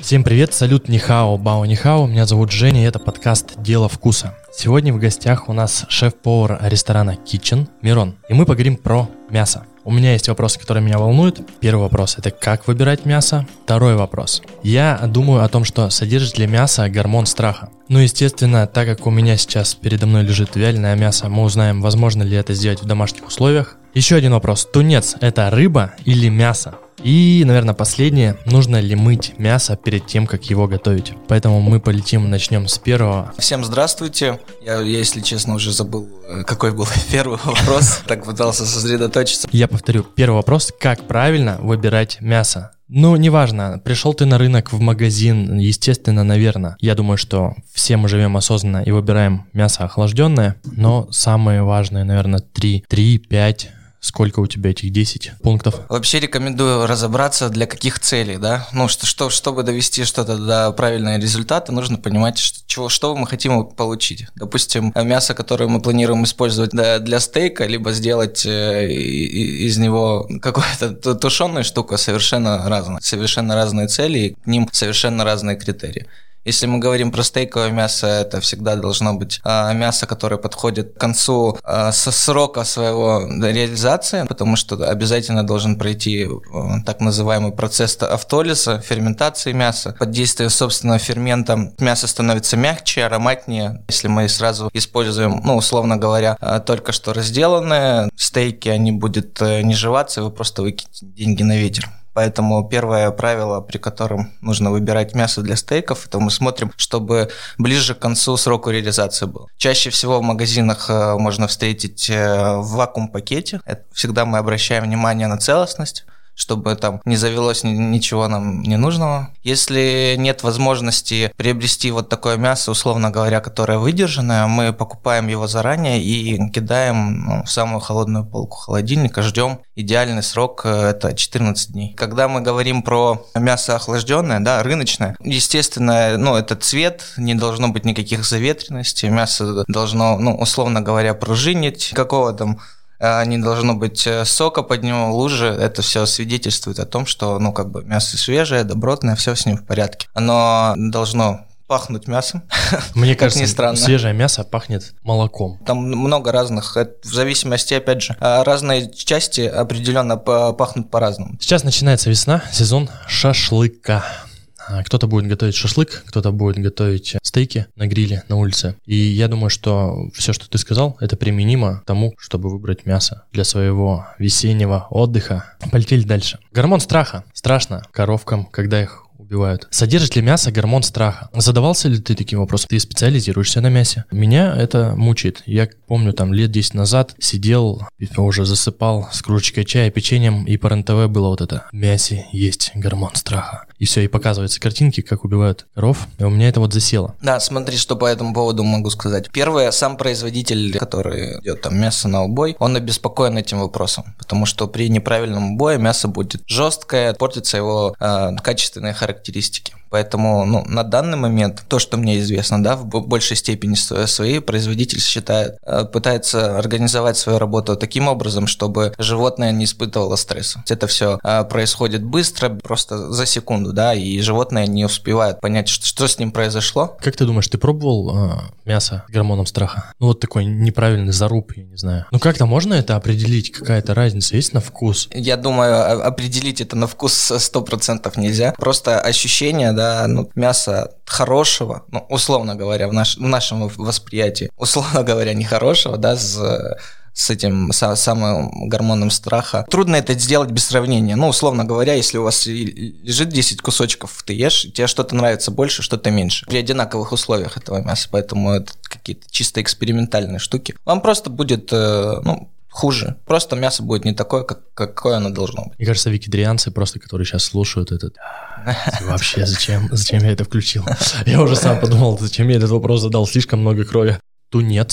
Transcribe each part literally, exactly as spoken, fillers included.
Всем привет, салют, нихао, бао нихао, меня зовут Женя, и это подкаст «Дело вкуса». Сегодня в гостях у нас шеф-повар ресторана Kitchen Мирон, и мы поговорим про мясо. У меня есть вопросы, которые меня волнуют. Первый вопрос – это как выбирать мясо? Второй вопрос. Я думаю о том, что содержит ли мясо гормон страха. Ну, естественно, так как у меня сейчас передо мной лежит вяленое мясо, мы узнаем, возможно ли это сделать в домашних условиях. Еще один вопрос. Тунец – это рыба или мясо? И, наверное, последнее, нужно ли мыть мясо перед тем, как его готовить. Поэтому мы полетим, начнем с первого. Всем здравствуйте. Я, я, если честно, уже забыл, какой был первый вопрос. Так пытался сосредоточиться. Я повторю. Первый вопрос. Как правильно выбирать мясо? Ну, неважно, пришел ты на рынок, в магазин, естественно, наверное. Я думаю, что все мы живем осознанно и выбираем мясо охлажденное. Но самые важные, наверное, три, пять... Сколько у тебя этих десять пунктов? Вообще рекомендую разобраться, для каких целей, да. Ну, что, что, чтобы довести что-то до правильного результата, нужно понимать, что, чего, что мы хотим получить. Допустим, мясо, которое мы планируем использовать для, для стейка, либо сделать э, из него какую-то тушеную штуку, совершенно разные. Совершенно разные цели, и к ним совершенно разные критерии. Если мы говорим про стейковое мясо, это всегда должно быть а, мясо, которое подходит к концу а, со срока своего реализации, потому что обязательно должен пройти а, так называемый процесс автолиза, ферментации мяса. Под действием собственного фермента мясо становится мягче, ароматнее. Если мы сразу используем, ну, условно говоря, а, только что разделанные стейки, они будут не жеваться, и вы просто выкинете деньги на ветер. Поэтому первое правило, при котором нужно выбирать мясо для стейков, это мы смотрим, чтобы ближе к концу сроку реализации было. Чаще всего в магазинах можно встретить в вакуум-пакете. Это всегда мы обращаем внимание на целостность, чтобы там не завелось ничего нам ненужного. Если нет возможности приобрести вот такое мясо, условно говоря, которое выдержанное, мы покупаем его заранее и кидаем ну, в самую холодную полку холодильника, ждем. Идеальный срок – это четырнадцать дней. Когда мы говорим про мясо охлажденное, да, рыночное, естественно, ну, это цвет, не должно быть никаких заветренностей, мясо должно, ну, условно говоря, пружинить, какого там не должно быть сока под него, лужи. Это все свидетельствует о том, что, ну, как бы мясо свежее, добротное, все с ним в порядке. Оно должно пахнуть мясом. Мне кажется, свежее мясо пахнет молоком. Там много разных, в зависимости, опять же, разные части определенно пахнут по-разному. Сейчас начинается весна, сезон шашлыка. Кто-то будет готовить шашлык, кто-то будет готовить стейки на гриле, на улице. И я думаю, что все, что ты сказал, это применимо к тому, чтобы выбрать мясо для своего весеннего отдыха. Полетели дальше. Гормон страха. Страшно коровкам, когда их убивают. Содержит ли мясо гормон страха? Задавался ли ты таким вопросом? Ты специализируешься на мясе? Меня это мучает. Я помню, там лет десять назад сидел, уже засыпал с кружечкой чая, печеньем, и по эр эн тэ вэ было вот это: в мясе есть гормон страха. И все, и показываются картинки, как убивают коров, и у меня это вот засело. Да, смотри, что по этому поводу могу сказать. Первое, сам производитель, который идет там мясо на убой, он обеспокоен этим вопросом, потому что при неправильном убое мясо будет жесткое, портятся его э, качественные характеристики. Поэтому, ну, на данный момент, то, что мне известно, да, в большей степени своей производитель считает, пытается организовать свою работу таким образом, чтобы животное не испытывало стресса. Это все происходит быстро, просто за секунду, да, и животное не успевает понять, что, что с ним произошло. Как ты думаешь, ты пробовал э, мясо с гормоном страха? Ну, вот такой неправильный заруб, я не знаю. Ну, как-то можно это определить? Какая-то разница есть на вкус? Я думаю, определить это на вкус сто процентов нельзя. Просто ощущение, да, ну, мясо хорошего, ну, условно говоря, в, наш, в нашем восприятии, условно говоря, нехорошего, да, с, с этим с, самым гормоном страха. Трудно это сделать без сравнения. Ну, условно говоря, если у вас лежит десять кусочков, ты ешь, тебе что-то нравится больше, что-то меньше. При одинаковых условиях этого мяса, поэтому это какие-то чисто экспериментальные штуки. Вам просто будет, ну, хуже. Просто мясо будет не такое, как, какое оно должно быть. Мне кажется, викидрианцы просто, которые сейчас слушают этот... Вообще, зачем, зачем я это включил? Я уже сам подумал, зачем я этот вопрос задал, слишком много крови. Тунец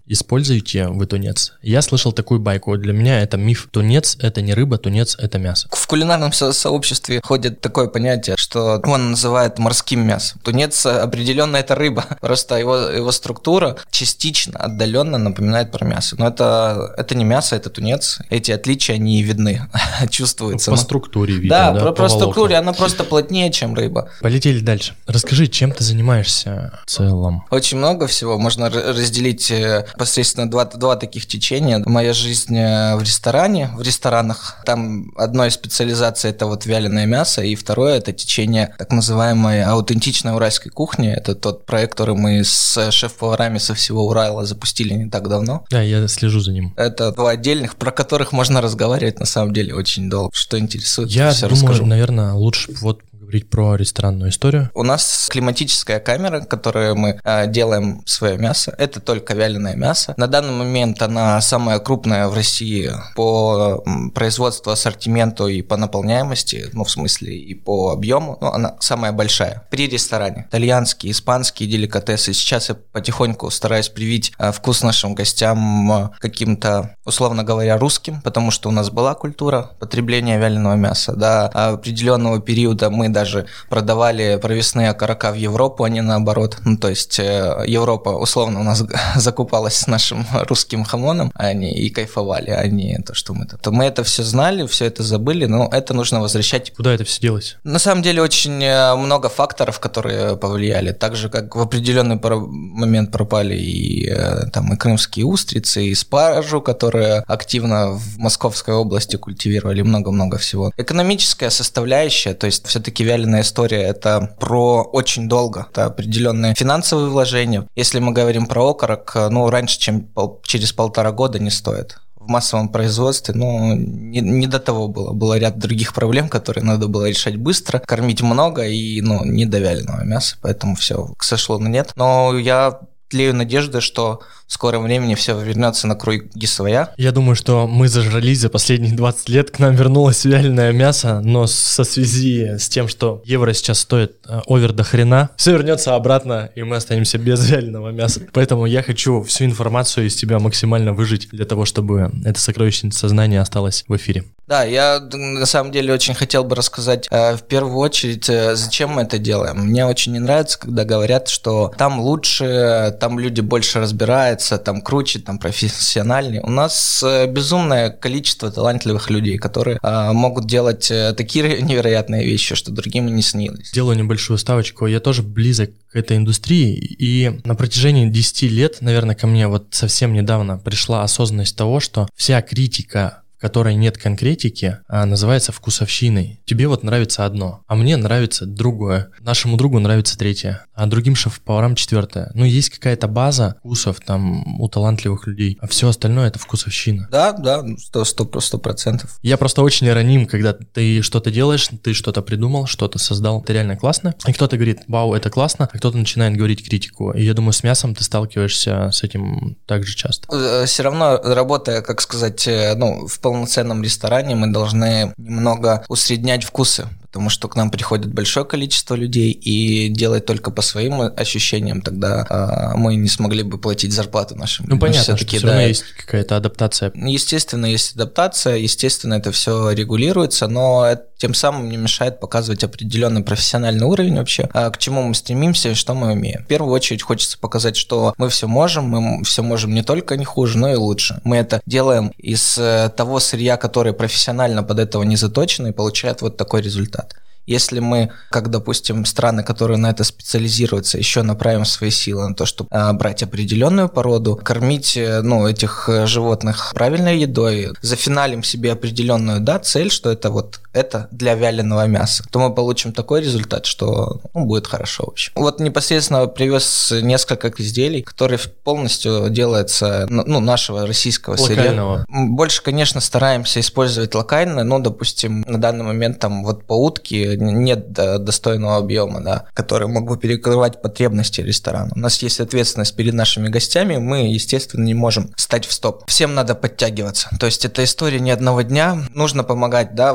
используете вы тунец? Я слышал такую байку. Для меня это миф. Тунец – это не рыба, тунец – это мясо. В кулинарном со- сообществе ходит такое понятие, что он называет морским мясом. Тунец определенно это рыба. Просто его, его структура частично, отдаленно напоминает про мясо. Но это, это не мясо, это тунец. Эти отличия, они видны, чувствуются. По Но... структуре видно, да? Да, про, по про волокнам. структуре она просто плотнее, чем рыба. Полетели дальше. Расскажи, чем ты занимаешься в целом? Очень много всего. Можно разделить посредственно два, два таких течения. Моя жизнь в ресторане, в ресторанах. Там одной специализации это вот вяленое мясо, и второе это течение так называемой аутентичной уральской кухни. Это тот проект, который мы с шеф-поварами со всего Урала запустили не так давно. Да, я слежу за ним. Это два отдельных, про которых можно разговаривать на самом деле очень долго. Что интересует, я все думаю, расскажу. наверное, лучше вот говорить про ресторанную историю. У нас климатическая камера, которую мы э, делаем свое мясо. Это только вяленое мясо. На данный момент она самая крупная в России по производству, ассортименту и по наполняемости, ну, в смысле, и по объему. Ну, она самая большая. При ресторане. Итальянские, испанские деликатесы. Сейчас я потихоньку стараюсь привить э, вкус нашим гостям э, каким-то, условно говоря, русским, потому что у нас была культура потребления вяленого мяса. До определенного периода мы даже продавали провесные окорока в Европу, а не наоборот. Ну, то есть э, Европа условно у нас закупалась с нашим русским хамоном, а они и кайфовали, а не то, что мы... То мы это все знали, все это забыли, но это нужно возвращать. Куда это все делось? На самом деле очень много факторов, которые повлияли. Так же, как в определенный момент пропали и, там, и крымские устрицы, и спаржу, которые активно в Московской области культивировали, много-много всего. Экономическая составляющая, то есть все-таки вяленая история – это про очень долго, это определенные финансовые вложения. Если мы говорим про окорок, ну, раньше, чем пол, через полтора года не стоит. В массовом производстве, ну, не, не до того было. Было ряд других проблем, которые надо было решать быстро, кормить много и, ну, не до вяленого мяса, поэтому все сошло на нет. Но я тлею надежды, что в скором времени все вернется на круги своя. Я думаю, что мы зажрались за последние двадцать лет, к нам вернулось вяленое мясо, но со связи с тем, что евро сейчас стоит э, овер до хрена, все вернется обратно, и мы останемся без вяленого мяса. Поэтому я хочу всю информацию из тебя максимально выжить для того, чтобы эта сокровищница сознания осталась в эфире. Да, я на самом деле очень хотел бы рассказать э, в первую очередь, э, зачем мы это делаем. Мне очень не нравится, когда говорят, что там лучше, там люди больше разбираются, там круче, там профессиональнее. У нас э, безумное количество талантливых людей, которые э, могут делать э, такие невероятные вещи, что другим и не снилось. Делаю небольшую ставочку. Я тоже близок к этой индустрии, и на протяжении десяти лет, наверное, ко мне вот совсем недавно пришла осознанность того, что вся критика, в которой нет конкретики, а называется вкусовщиной. Тебе вот нравится одно, а мне нравится другое. Нашему другу нравится третье, а другим шеф-поварам четвертое. Ну, есть какая-то база вкусов там у талантливых людей, а все остальное — это вкусовщина. Да, да, сто, сто, сто процентов. Я просто очень раним, когда ты что-то делаешь, ты что-то придумал, что-то создал, это реально классно. И кто-то говорит: вау, это классно, а кто-то начинает говорить критику. И я думаю, с мясом ты сталкиваешься с этим так же часто. Все равно, работая, как сказать, ну, в полноценном ресторане, мы должны немного усреднять вкусы, потому что к нам приходит большое количество людей, и делать только по своим ощущениям, тогда а, мы не смогли бы платить зарплату нашим. Ну, понятно, все-таки, что все да, равно есть какая-то адаптация. Естественно, есть адаптация, естественно, это все регулируется, но это тем самым не мешает показывать определенный профессиональный уровень вообще, а к чему мы стремимся и что мы умеем. В первую очередь хочется показать, что мы все можем, мы все можем не только не хуже, но и лучше. Мы это делаем из того сырья, которое профессионально под этого не заточено, и получает вот такой результат. Если мы, как, допустим, страны, которые на это специализируются, еще направим свои силы на то, чтобы а, брать определенную породу, кормить, ну, этих животных правильной едой, зафиналим себе определенную, да, цель, что это вот это для вяленого мяса, то мы получим такой результат, что, ну, будет хорошо вообще. Вот непосредственно привез несколько изделий, которые полностью делаются, ну, нашего российского локального сырья. Больше, конечно, стараемся использовать локальное, но, допустим, на данный момент там вот по утке нет достойного объема, да, который мог бы перекрывать потребности ресторана. У нас есть ответственность перед нашими гостями, мы, естественно, не можем стать в стоп. Всем надо подтягиваться. То есть это история не одного дня, нужно помогать, да, вот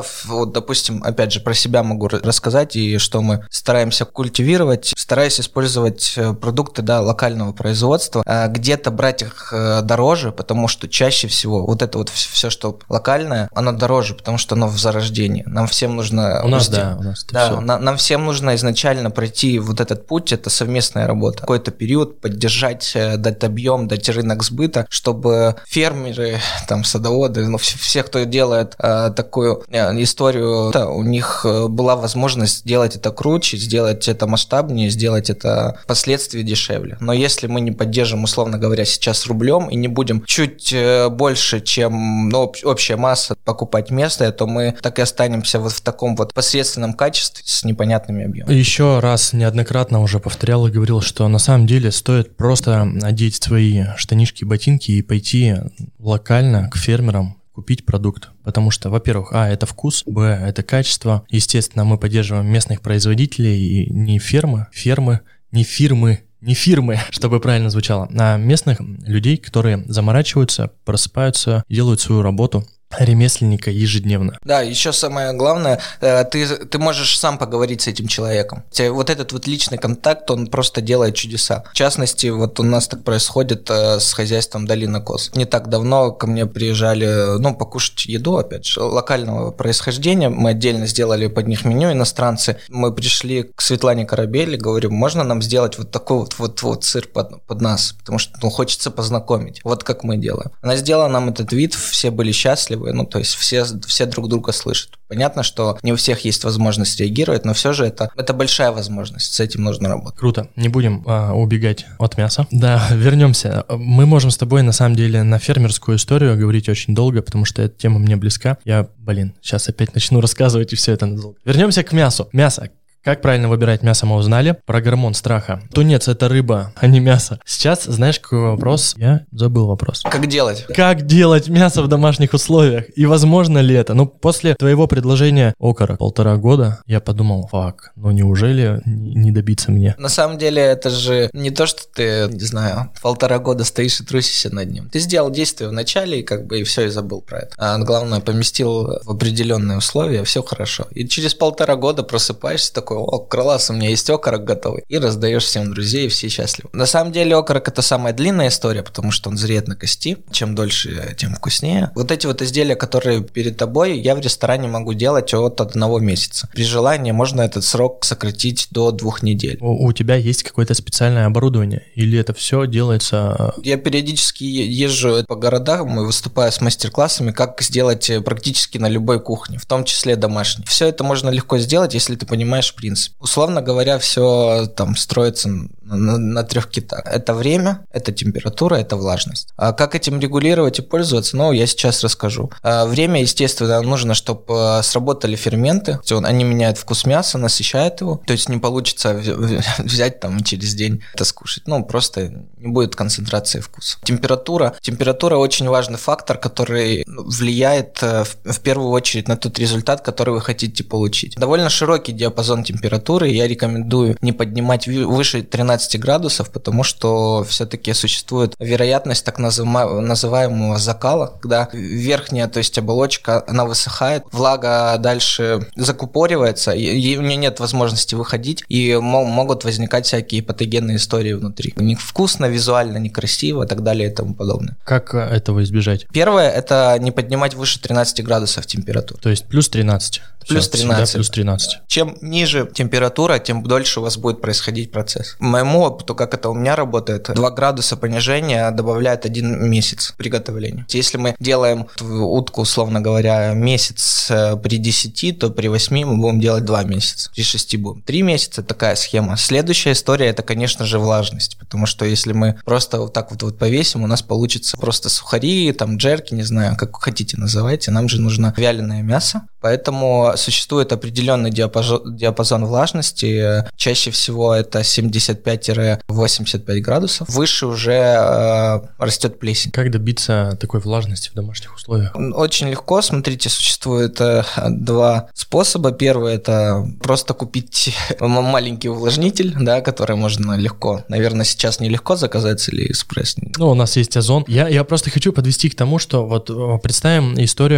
вот, допустим, опять же, про себя могу рассказать, и что мы стараемся культивировать, стараясь использовать продукты, да, локального производства, где-то брать их дороже, потому что чаще всего вот это вот все, что локальное, оно дороже, потому что оно в зарождении. Нам всем нужно... У нас, да, у нас да, на, нам всем нужно изначально пройти вот этот путь, это совместная работа. Какой-то период поддержать, дать объем, дать рынок сбыта, чтобы фермеры, там, садоводы, ну, все, все кто делает э, такую э, историю, да, у них была возможность сделать это круче, сделать это масштабнее, сделать это впоследствии дешевле. Но если мы не поддержим, условно говоря, сейчас рублем и не будем чуть э, больше, чем ну, общая масса покупать местное, то мы так и останемся вот в таком вот посредственном качестве с непонятными объемами. Еще раз неоднократно уже повторял и говорил, что на самом деле стоит просто одеть свои штанишки, ботинки и пойти локально к фермерам, купить продукт. Потому что, во-первых, а, это вкус, б, это качество. Естественно, мы поддерживаем местных производителей и не фермы, фермы, не фирмы, не фирмы, чтобы правильно звучало, а местных людей, которые заморачиваются, просыпаются, делают свою работу ремесленника ежедневно. Да, еще самое главное, ты, ты можешь сам поговорить с этим человеком. Вот этот вот личный контакт, он просто делает чудеса. В частности, вот у нас так происходит с хозяйством Долина Коз. Не так давно ко мне приезжали, ну, покушать еду, опять же, локального происхождения. Мы отдельно сделали под них меню, иностранцы. Мы пришли к Светлане Корабель и говорим, можно нам сделать вот такой вот, вот, вот сыр под, под нас, потому что ну, хочется познакомить. Вот как мы делаем. Она сделала нам этот вид, все были счастливы. Ну, то есть все, все друг друга слышат. Понятно, что не у всех есть возможность реагировать, но все же это, это большая возможность, с этим нужно работать. Круто. Не будем а, убегать от мяса. Да, вернемся. Мы можем с тобой, на самом деле, на фермерскую историю говорить очень долго, потому что эта тема мне близка. Я, блин, сейчас опять начну рассказывать, и все это надолго. Вернемся к мясу. Мясо. Как правильно выбирать мясо, мы узнали. Про гормон страха. Тунец – это рыба, а не мясо. Сейчас, знаешь, какой вопрос? Я забыл вопрос. Как делать? Как делать мясо в домашних условиях? И возможно ли это? Ну, после твоего предложения около полтора года я подумал, фак, ну неужели не добиться мне? На самом деле, это же не то, что ты, не знаю, полтора года стоишь и трусишься над ним. Ты сделал действие в начале, и как бы и все, и забыл про это. А главное, поместил в определенные условия, все хорошо. И через полтора года просыпаешься такой, о, класс, у меня есть окорок готовый, и раздаешь всем друзей, и все счастливы. На самом деле окорок – это самая длинная история, потому что он зреет на кости. Чем дольше, тем вкуснее. Вот эти вот изделия, которые перед тобой, я в ресторане могу делать от одного месяца. При желании можно этот срок сократить до двух недель. У, у тебя есть какое-то специальное оборудование? Или это все делается? Я периодически езжу по городам и выступаю с мастер-классами, как сделать практически на любой кухне, в том числе домашней. Все это можно легко сделать, если ты понимаешь принцип. Условно говоря, все там строится на, на, на трех китах. Это время, это температура, это влажность. А как этим регулировать и пользоваться, ну, я сейчас расскажу. А время, естественно, нужно, чтобы сработали ферменты. Они меняют вкус мяса, насыщают его. То есть не получится взять там и через день это скушать. Ну, просто не будет концентрации вкуса. Температура. Температура очень важный фактор, который влияет в первую очередь на тот результат, который вы хотите получить. Довольно широкий диапазон температуры, я рекомендую не поднимать выше тринадцати градусов, потому что все-таки существует вероятность так называемого закала, когда верхняя, то есть оболочка, она высыхает, влага дальше закупоривается, и у нее нет возможности выходить, и могут возникать всякие патогенные истории внутри. Невкусно, визуально некрасиво и так далее и тому подобное. Как этого избежать? Первое – это не поднимать выше тринадцати градусов температуру. То есть плюс тринадцать? Плюс тринадцать. Плюс тринадцать. Чем ниже температура, тем дольше у вас будет происходить процесс. По моему опыту, как это у меня работает, два градуса понижения добавляет один месяц приготовления. Если мы делаем утку, условно говоря, месяц при десяти, то при восьми мы будем делать два месяца. При шести будем. три месяца такая схема. Следующая история – это, конечно же, влажность. Потому что если мы просто вот так вот, вот повесим, у нас получится просто сухари, там джерки, не знаю, как хотите называйте. Нам же нужно вяленое мясо. Поэтому существует определенный диапазон, диапазон влажности. Чаще всего это семьдесят пять - восемьдесят пять градусов. Выше уже э, растет плесень. Как добиться такой влажности в домашних условиях? Очень легко. Смотрите, существует э, два способа. Первый – это просто купить маленький увлажнитель, да, который можно легко, наверное, сейчас нелегко заказать с Алиэкспресс. Ну, у нас есть Озон. Я, я просто хочу подвести к тому, что вот представим историю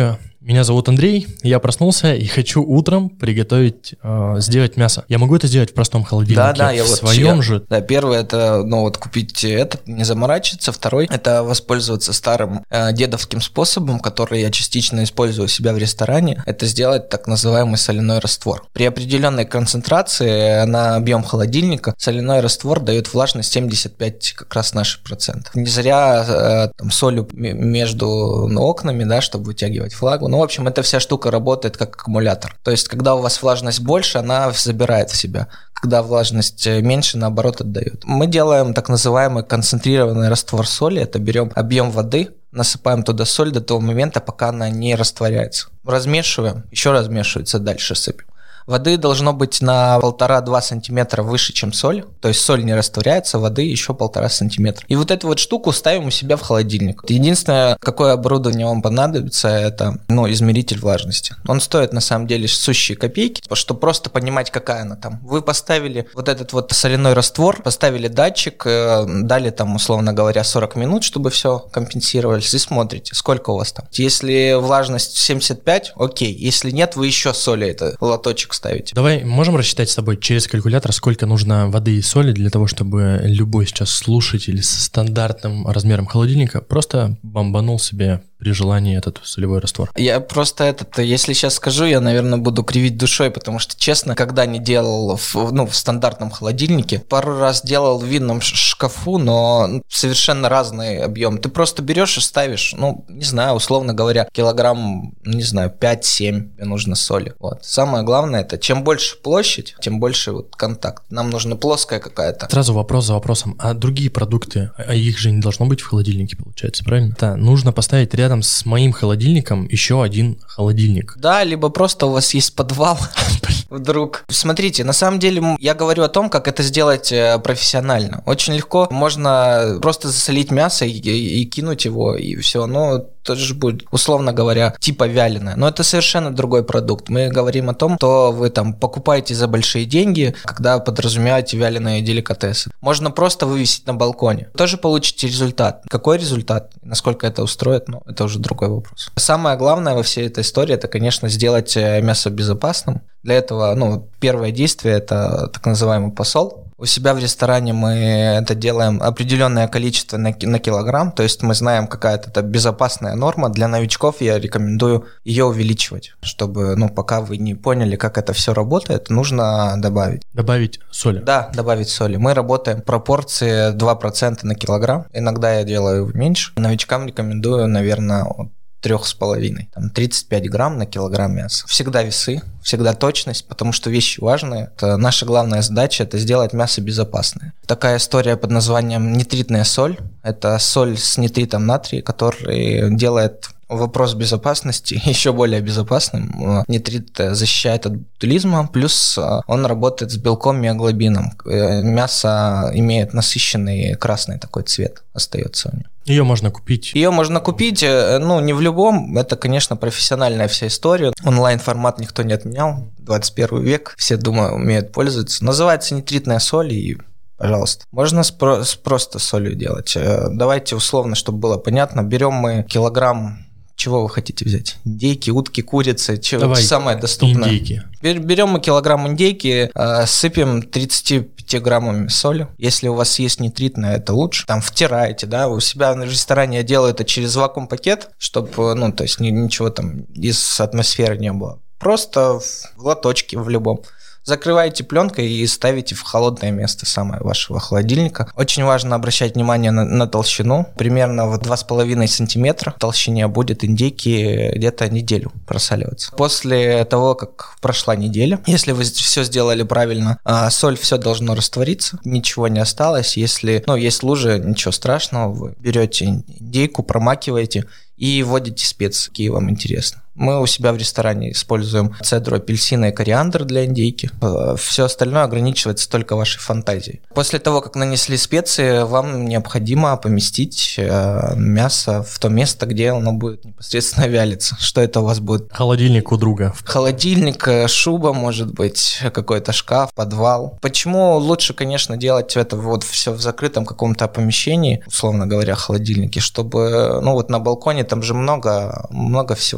Меня зовут Андрей, я проснулся и хочу утром приготовить, э, сделать мясо. Я могу это сделать в простом холодильнике? Да, да, я в вот своем я, же? Да, первое это, ну вот купить этот, не заморачиваться. Второй это воспользоваться старым э, дедовским способом, который я частично использую у себя в ресторане. Это сделать так называемый соляной раствор. При определенной концентрации на объем холодильника соляной раствор дает влажность семьдесят пять как раз наших процентов. Не зря э, там солью между окнами, да, чтобы вытягивать влагу. Ну, в общем, эта вся штука работает как аккумулятор. То есть, когда у вас влажность больше, она забирает в себя. Когда влажность меньше, наоборот, отдает. Мы делаем так называемый концентрированный раствор соли. Это берем объем воды, насыпаем туда соль до того момента, пока она не растворяется. Размешиваем, еще размешивается, дальше сыпем. Воды должно быть на полтора-два сантиметра выше, чем соль. То есть соль не растворяется, воды еще полтора сантиметра. И вот эту вот штуку ставим у себя в холодильник. Единственное, какое оборудование вам понадобится, это ну, измеритель влажности. Он стоит на самом деле сущие копейки, чтобы просто понимать, какая она там. Вы поставили вот этот вот соляной раствор, поставили датчик, дали там, условно говоря, сорок минут, чтобы все компенсировались, и смотрите, сколько у вас там. Если влажность семьдесят пять, окей. Если нет, вы еще соли это лоточек ставите. Давай, можем рассчитать с тобой через калькулятор, сколько нужно воды и соли для того, чтобы любой сейчас слушатель с стандартным размером холодильника просто бомбанул себе при желании этот солевой раствор? Я просто этот, если сейчас скажу, я, наверное, буду кривить душой, потому что, честно, когда не делал в, ну, в стандартном холодильнике, пару раз делал в винном шкафу, но совершенно разный объем. Ты просто берешь и ставишь, ну, не знаю, условно говоря, килограмм, не знаю, пять-семь нужно соли. Вот. Самое главное, это чем больше площадь, тем больше вот контакт. Нам нужна плоская какая-то. Сразу вопрос за вопросом. А другие продукты, а их же не должно быть в холодильнике, получается, правильно? Да, нужно поставить рядом с моим холодильником еще один холодильник. Да, либо просто у вас есть подвал вдруг. Смотрите, на самом деле я говорю о том, как это сделать профессионально. Очень легко, можно просто засолить мясо и, и, и кинуть его, и все. Но тоже будет, условно говоря, типа вяленое. Но это совершенно другой продукт. Мы говорим о том, что вы там покупаете за большие деньги, когда подразумеваете вяленые деликатесы. Можно просто вывесить на балконе. Тоже получите результат. Какой результат? Насколько это устроит? Ну, это уже другой вопрос. Самое главное во всей этой истории, это, конечно, сделать мясо безопасным. Для этого, ну, первое действие – это так называемый посол. У себя в ресторане мы это делаем определенное количество на, на килограмм, то есть мы знаем, какая это безопасная норма. Для новичков я рекомендую ее увеличивать, чтобы, ну, пока вы не поняли, как это все работает, нужно добавить. Добавить соли? Да, добавить соли. Мы работаем в пропорции два процента на килограмм, иногда я делаю меньше. Новичкам рекомендую, наверное, трех с половиной, там тридцать пять грамм на килограмм мяса. Всегда весы, всегда точность, потому что вещи важные. Это наша главная задача – это сделать мясо безопасное. Такая история под названием нитритная соль. Это соль с нитритом натрия, который делает вопрос безопасности еще более безопасным. Нитрит защищает от ботулизма, плюс он работает с белком миоглобином. Мясо имеет насыщенный красный такой цвет, остается у него. Ее можно купить. Ее можно купить, ну, не в любом. Это, конечно, профессиональная вся история. Онлайн-формат никто не отменял. двадцать первый век. Все, думаю, умеют пользоваться. Называется нитритная соль, и пожалуйста. Можно с, про- с просто солью делать. Давайте условно, чтобы было понятно. Берем мы килограмм. Чего вы хотите взять? Индейки, утки, курицы, чего самое доступное? Индейки. Берем мы килограмм индейки, сыпем тридцать пять граммами соли. Если у вас есть нитритная, это лучше. Там втираете, да, у себя в ресторане я делаю это через вакуум-пакет, чтобы, ну, то есть ничего там из атмосферы не было. Просто в лоточке в любом. Закрываете пленкой и ставите в холодное место самое вашего холодильника. Очень важно обращать внимание на, на толщину. Примерно в два с половиной сантиметра в толщине будет индейки где-то неделю просаливаться. После того, как прошла неделя, если вы все сделали правильно, соль, все должно раствориться, ничего не осталось. Если, ну, есть лужи, ничего страшного, вы берете индейку, промакиваете и вводите специи, какие вам интересны. Мы у себя в ресторане используем цедру апельсина и кориандр для индейки. Все остальное ограничивается только вашей фантазией. После того, как нанесли специи, вам необходимо поместить мясо в то место, где оно будет непосредственно вялиться. Что это у вас будет? Холодильник у друга. Холодильник, шуба, может быть, какой-то шкаф, подвал. Почему лучше, конечно, делать это вот все в закрытом каком-то помещении, условно говоря, холодильнике, чтобы, ну вот на балконе там же много, много всего вводится.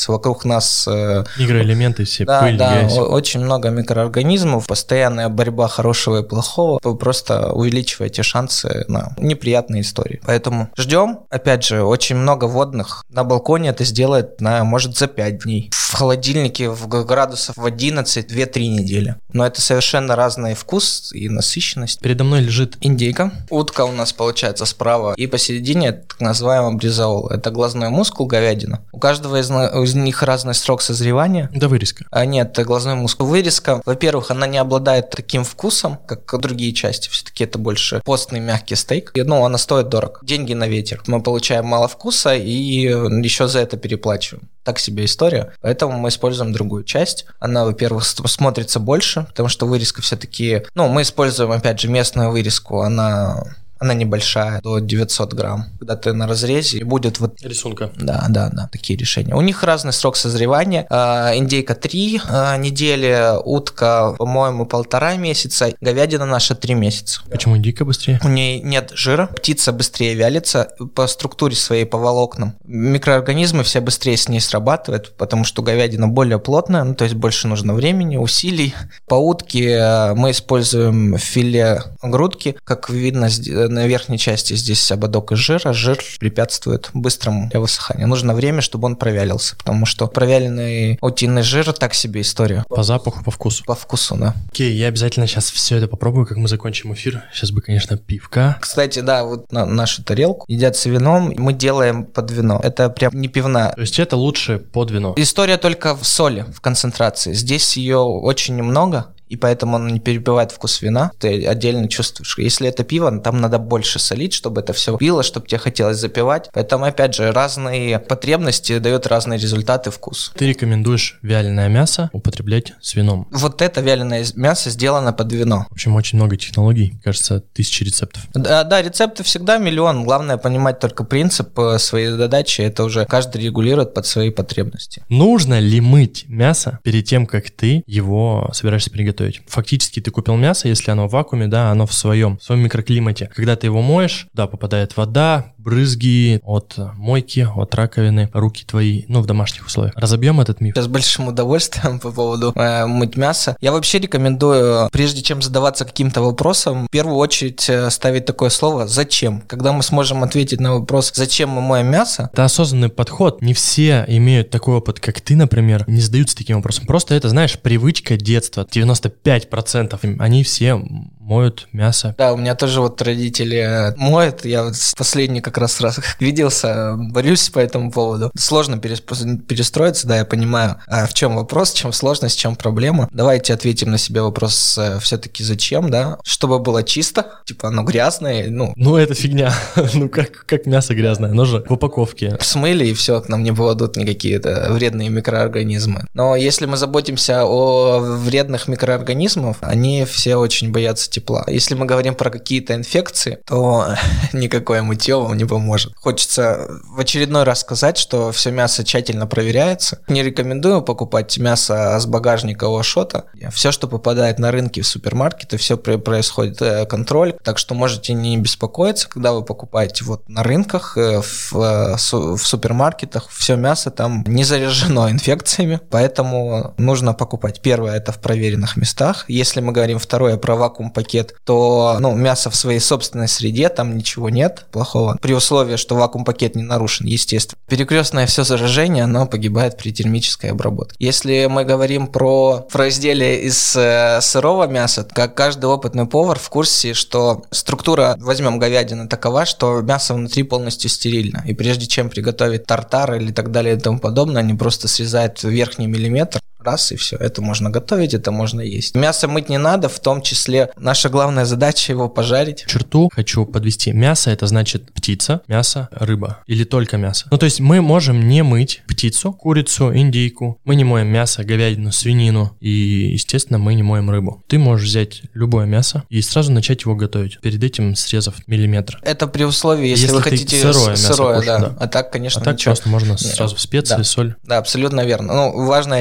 находится вокруг нас. Микроэлементы все, да, пыль, да, грязь. Очень много микроорганизмов, постоянная борьба хорошего и плохого, вы просто увеличиваете шансы на неприятные истории. Поэтому ждем. Опять же, очень много водных. На балконе это сделает, на, может, за пять дней. В холодильнике в градусов в одиннадцать две-три недели. Но это совершенно разный вкус и насыщенность. Передо мной лежит индейка. Утка у нас получается справа. И посередине так называемый бризаол. Это глазной мускул, говядина. У каждого из, из них разный срок созревания. Да, вырезка. А нет, глазной мускул. Вырезка, во-первых, она не обладает таким вкусом, как другие части. Все-таки это больше постный мягкий стейк. И, ну, она стоит дорого. Деньги на ветер. Мы получаем мало вкуса и еще за это переплачиваем. Так себе история. Поэтому мы используем другую часть. Она, во-первых, смотрится больше, потому что вырезка все-таки... Ну, мы используем, опять же, местную вырезку. Она... Она небольшая, до девятьсот грамм. Когда ты на разрезе, и будет вот... Рисунка. Да, да, да, такие решения. У них разный срок созревания. А, индейка три а, недели, утка, по-моему, полтора месяца, говядина наша три месяца. Почему индейка быстрее? У нее нет жира, птица быстрее вялится по структуре своей, по волокнам. Микроорганизмы все быстрее с ней срабатывают, потому что говядина более плотная, ну, то есть больше нужно времени, усилий. По утке мы используем филе грудки, как видно, на верхней части здесь ободок из жира. Жир препятствует быстрому высыханию. Нужно время, чтобы он провялился, потому что провяленный утиный жир так себе история. По запаху, по вкусу. По вкусу, да. Окей, я обязательно сейчас все это попробую, как мы закончим эфир. Сейчас бы, конечно, пивка. Кстати, да, вот на нашу тарелку едят с вином, мы делаем под вино. Это прям не пивная. То есть это лучше под вино. История только в соли, в концентрации. Здесь ее очень немного, и поэтому оно не перебивает вкус вина. Ты отдельно чувствуешь. Если это пиво, там надо больше солить, чтобы это все пило, чтобы тебе хотелось запивать. Поэтому, опять же, разные потребности дают разные результаты, вкус. Ты рекомендуешь вяленое мясо употреблять с вином? Вот это вяленое мясо сделано под вино. В общем, очень много технологий. Кажется, тысячи рецептов. Да, да, рецепты всегда миллион. Главное понимать только принцип своей задачи. Это уже каждый регулирует под свои потребности. Нужно ли мыть мясо перед тем, как ты его собираешься приготовить? Фактически ты купил мясо, если оно в вакууме, да, оно в своем, в своем микроклимате. Когда ты его моешь, да, попадает вода, брызги от мойки, от раковины, руки твои, ну, в домашних условиях. Разобьем этот миф? С большим удовольствием по поводу э, мыть мясо. Я вообще рекомендую, прежде чем задаваться каким-то вопросом, в первую очередь ставить такое слово «зачем?». Когда мы сможем ответить на вопрос «зачем мы моем мясо?». Это осознанный подход. Не все имеют такой опыт, как ты, например, не задаются таким вопросом. Просто это, знаешь, привычка детства. девяносто пять процентов они все моют мясо. Да, у меня тоже вот родители моют. Я вот последний как раз раз виделся, борюсь по этому поводу. Сложно перестроиться, да, я понимаю, а в чем вопрос, в чем сложность, в чем проблема. Давайте ответим на себе вопрос все-таки зачем, да, чтобы было чисто, типа оно грязное, ну. Ну, это фигня. Ну, как, как мясо грязное, оно же в упаковке. Смыли, и все, к нам не попадут никакие вредные микроорганизмы. Но если мы заботимся о вредных микроорганизмах, они все очень боятся тепла. Если мы говорим про какие-то инфекции, то никакое мытье вам не поможет. Хочется в очередной раз сказать, что все мясо тщательно проверяется. Не рекомендую покупать мясо с багажника у Ашота. Все, что попадает на рынки, в супермаркеты, все происходит контроль, так что можете не беспокоиться, когда вы покупаете вот на рынках, в, в супермаркетах, все мясо там не заряжено инфекциями, поэтому нужно покупать. Первое, это в проверенных местах. Если мы говорим второе про вакуум-пакет, то ну, мясо в своей собственной среде, там ничего нет плохого, при условии, что вакуум-пакет не нарушен, естественно. Перекрестное все заражение, оно погибает при термической обработке. Если мы говорим про, про изделия из э, сырого мяса, как каждый опытный повар в курсе, что структура, возьмем говядину, такова, что мясо внутри полностью стерильно. И прежде чем приготовить тартар или так далее и тому подобное, они просто срезают верхний миллиметр, раз и все. Это можно готовить, это можно есть. Мясо мыть не надо, в том числе наша главная задача его пожарить. Черту хочу подвести. Мясо — это значит птица, мясо, рыба. Или только мясо. Ну, то есть мы можем не мыть птицу, курицу, индейку. Мы не моем мясо, говядину, свинину. И, естественно, мы не моем рыбу. Ты можешь взять любое мясо и сразу начать его готовить. Перед этим срезав миллиметр. Это при условии, если, если вы хотите сырое мясо сырое, кушать, да. да. А так, конечно, а так ничего. просто можно сразу в специи, да. соль. Да, абсолютно верно. Ну, важная ремарка.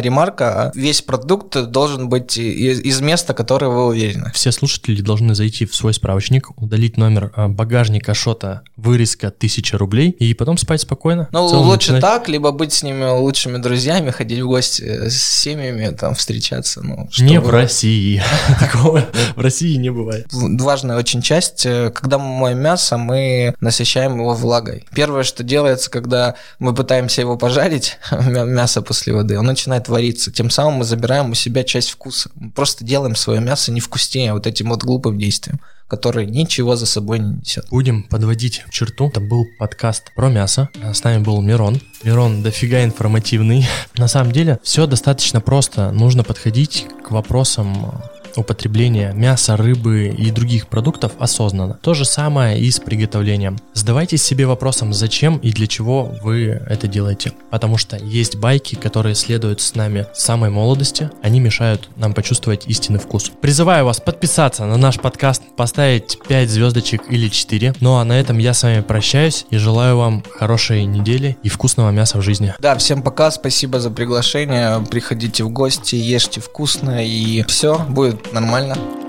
а весь продукт должен быть из, из места, которое вы уверены. Все слушатели должны зайти в свой справочник, удалить номер багажника Ашота, вырезка тысяча рублей, и потом спать спокойно. Ну, лучше начинать... так, либо быть с ними лучшими друзьями, ходить в гости с семьями, там, встречаться. Ну, не в России. Такого в России не бывает. Важная очень часть, когда мы моем мясо, мы насыщаем его влагой. Первое, что делается, когда мы пытаемся его пожарить, мясо после воды, он начинает вариться. Тем самым мы забираем у себя часть вкуса. Мы просто делаем свое мясо не вкуснее вот этим вот глупым действием, который ничего за собой не несет. Будем подводить черту. Это был подкаст про мясо. С нами был Мирон. Мирон дофига информативный. На самом деле все достаточно просто. Нужно подходить к вопросам употребления мяса, рыбы и других продуктов осознанно. То же самое и с приготовлением. Задавайтесь себе вопросом, зачем и для чего вы это делаете. Потому что есть байки, которые следуют с нами с самой молодости. Они мешают нам почувствовать истинный вкус. Призываю вас подписаться на наш подкаст, поставить пять звездочек или четыре. Ну а на этом я с вами прощаюсь и желаю вам хорошей недели и вкусного мяса в жизни. Да, всем пока, спасибо за приглашение. Приходите в гости, ешьте вкусно и все будет нормально.